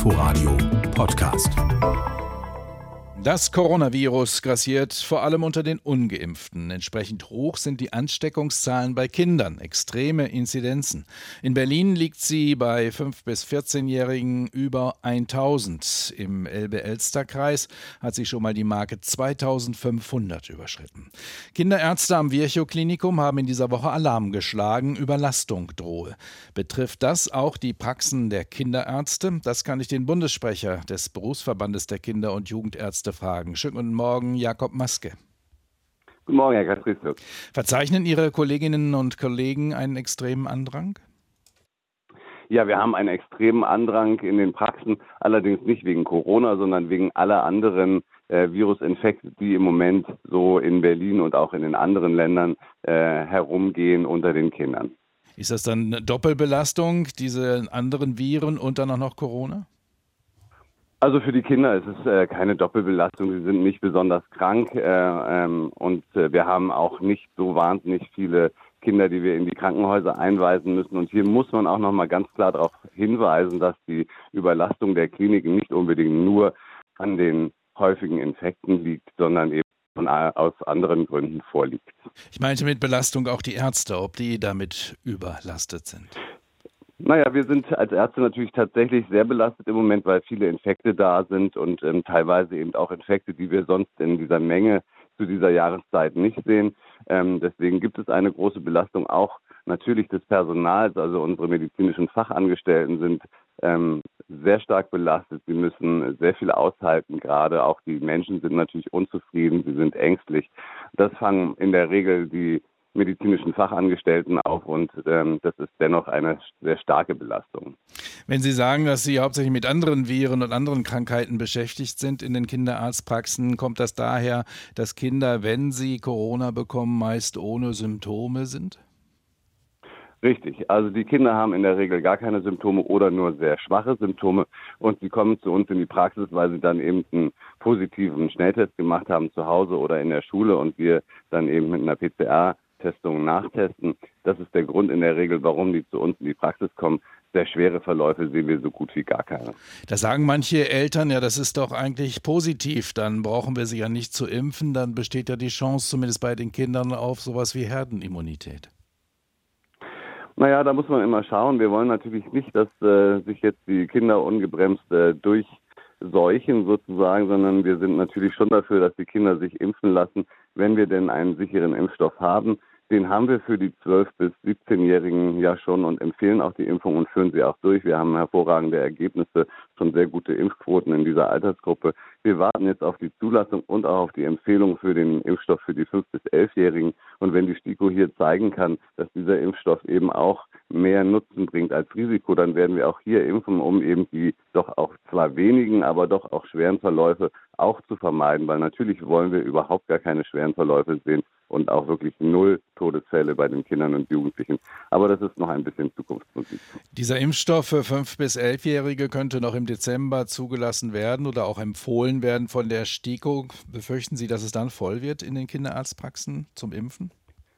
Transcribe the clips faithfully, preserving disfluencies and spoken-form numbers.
Inforadio Podcast. Das Coronavirus grassiert vor allem unter den Ungeimpften. Entsprechend hoch sind die Ansteckungszahlen bei Kindern, extreme Inzidenzen. In Berlin liegt sie bei fünf- bis vierzehnjährigen über tausend. Im Elbe-Elster-Kreis hat sie schon mal die Marke zweitausendfünfhundert überschritten. Kinderärzte am Virchow-Klinikum haben in dieser Woche Alarm geschlagen, Überlastung drohe. Betrifft das auch die Praxen der Kinderärzte? Das kann ich den Bundessprecher des Berufsverbandes der Kinder- und Jugendärzte fragen. Schönen guten Morgen, Jakob Maske. Guten Morgen, Herr Kastriszuk. Verzeichnen Ihre Kolleginnen und Kollegen einen extremen Andrang? Ja, wir haben einen extremen Andrang in den Praxen, allerdings nicht wegen Corona, sondern wegen aller anderen äh, Virusinfekte, die im Moment so in Berlin und auch in den anderen Ländern äh, herumgehen unter den Kindern. Ist das dann eine Doppelbelastung, diese anderen Viren und dann auch noch Corona? Also für die Kinder ist es äh, keine Doppelbelastung. Sie sind nicht besonders krank äh, ähm, und äh, wir haben auch nicht so wahnsinnig viele Kinder, die wir in die Krankenhäuser einweisen müssen. Und hier muss man auch noch mal ganz klar darauf hinweisen, dass die Überlastung der Kliniken nicht unbedingt nur an den häufigen Infekten liegt, sondern eben von, aus anderen Gründen vorliegt. Ich meinte mit Belastung auch die Ärzte, ob die damit überlastet sind. Naja, wir sind als Ärzte natürlich tatsächlich sehr belastet im Moment, weil viele Infekte da sind und ähm, teilweise eben auch Infekte, die wir sonst in dieser Menge zu dieser Jahreszeit nicht sehen. Ähm, deswegen gibt es eine große Belastung auch natürlich des Personals. Also unsere medizinischen Fachangestellten sind ähm, sehr stark belastet. Sie müssen sehr viel aushalten. Gerade auch die Menschen sind natürlich unzufrieden. Sie sind ängstlich. Das fangen in der Regel die medizinischen Fachangestellten auf und ähm, das ist dennoch eine sehr starke Belastung. Wenn Sie sagen, dass Sie hauptsächlich mit anderen Viren und anderen Krankheiten beschäftigt sind in den Kinderarztpraxen, kommt das daher, dass Kinder, wenn sie Corona bekommen, meist ohne Symptome sind? Richtig, also die Kinder haben in der Regel gar keine Symptome oder nur sehr schwache Symptome und sie kommen zu uns in die Praxis, weil sie dann eben einen positiven Schnelltest gemacht haben zu Hause oder in der Schule und wir dann eben mit einer P C R-Testung nachtesten. Das ist der Grund in der Regel, warum die zu uns in die Praxis kommen. Sehr schwere Verläufe sehen wir so gut wie gar keine. Da sagen manche Eltern, ja, das ist doch eigentlich positiv, dann brauchen wir sie ja nicht zu impfen, dann besteht ja die Chance zumindest bei den Kindern auf sowas wie Herdenimmunität. Naja, da muss man immer schauen. Wir wollen natürlich nicht, dass äh, sich jetzt die Kinder ungebremst äh, durchseuchen sozusagen, sondern wir sind natürlich schon dafür, dass die Kinder sich impfen lassen, wenn wir denn einen sicheren Impfstoff haben. Den haben wir für die zwölf- bis siebzehnjährigen ja schon und empfehlen auch die Impfung und führen sie auch durch. Wir haben hervorragende Ergebnisse, schon sehr gute Impfquoten in dieser Altersgruppe. Wir warten jetzt auf die Zulassung und auch auf die Empfehlung für den Impfstoff für die fünf- bis elfjährigen. Und wenn die STIKO hier zeigen kann, dass dieser Impfstoff eben auch mehr Nutzen bringt als Risiko, dann werden wir auch hier impfen, um eben die doch auch zwar wenigen, aber doch auch schweren Verläufe auch zu vermeiden. Weil natürlich wollen wir überhaupt gar keine schweren Verläufe sehen und auch wirklich null Todesfälle bei den Kindern und Jugendlichen. Aber das ist noch ein bisschen Zukunftsmusik. Dieser Impfstoff für fünf- bis elfjährige könnte noch im Dezember zugelassen werden oder auch empfohlen werden von der STIKO. Befürchten Sie, dass es dann voll wird in den Kinderarztpraxen zum Impfen?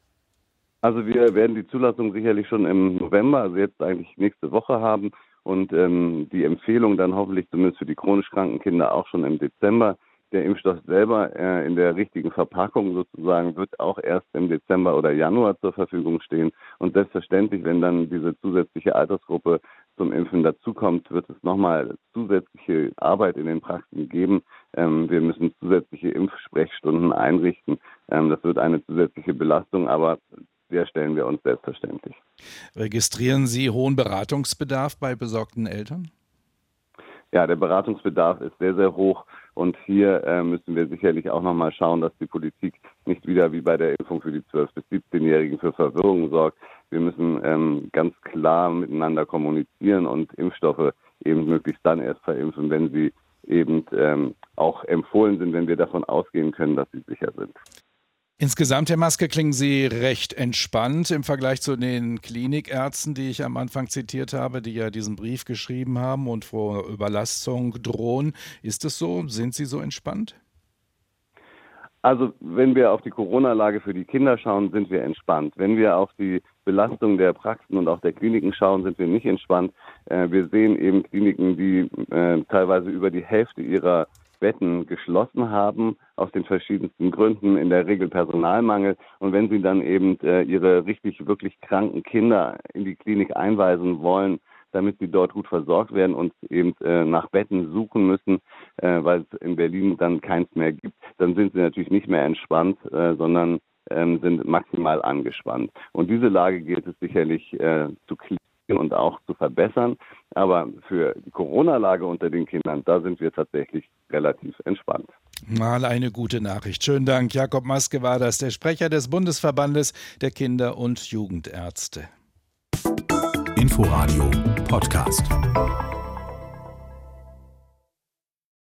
Also wir werden die Zulassung sicherlich schon im November, also jetzt eigentlich nächste Woche haben und ähm, die Empfehlung dann hoffentlich zumindest für die chronisch kranken Kinder auch schon im Dezember. Der Impfstoff selber äh, in der richtigen Verpackung sozusagen wird auch erst im Dezember oder Januar zur Verfügung stehen. Und selbstverständlich, wenn dann diese zusätzliche Altersgruppe zum Impfen dazukommt, wird es nochmal zusätzliche Arbeit in den Praxen geben. Ähm, wir müssen zusätzliche Impfsprechstunden einrichten. Ähm, das wird eine zusätzliche Belastung, aber der stellen wir uns selbstverständlich. Registrieren Sie hohen Beratungsbedarf bei besorgten Eltern? Ja, der Beratungsbedarf ist sehr, sehr hoch und hier äh, müssen wir sicherlich auch nochmal schauen, dass die Politik nicht wieder wie bei der Impfung für die zwölf- bis siebzehnjährigen für Verwirrung sorgt. Wir müssen ähm, ganz klar miteinander kommunizieren und Impfstoffe eben möglichst dann erst verimpfen, wenn sie eben ähm, auch empfohlen sind, wenn wir davon ausgehen können, dass sie sicher sind. Insgesamt, Herr Maske, klingen Sie recht entspannt im Vergleich zu den Klinikärzten, die ich am Anfang zitiert habe, die ja diesen Brief geschrieben haben und vor Überlastung drohen. Ist es so? Sind Sie so entspannt? Also wenn wir auf die Corona-Lage für die Kinder schauen, sind wir entspannt. Wenn wir auf die Belastung der Praxen und auch der Kliniken schauen, sind wir nicht entspannt. Äh, wir sehen eben Kliniken, die äh, teilweise über die Hälfte ihrer Betten geschlossen haben, aus den verschiedensten Gründen, in der Regel Personalmangel. Und wenn sie dann eben äh, ihre richtig, wirklich kranken Kinder in die Klinik einweisen wollen, damit sie dort gut versorgt werden und eben äh, nach Betten suchen müssen, äh, weil es in Berlin dann keins mehr gibt, dann sind sie natürlich nicht mehr entspannt, äh, sondern ähm, sind maximal angespannt. Und diese Lage gilt es sicherlich äh, zu klären und auch zu verbessern. Aber für die Corona-Lage unter den Kindern, da sind wir tatsächlich relativ entspannt. Mal eine gute Nachricht. Schönen Dank. Jakob Maske war das, der Sprecher des Bundesverbandes der Kinder- und Jugendärzte. Inforadio Podcast.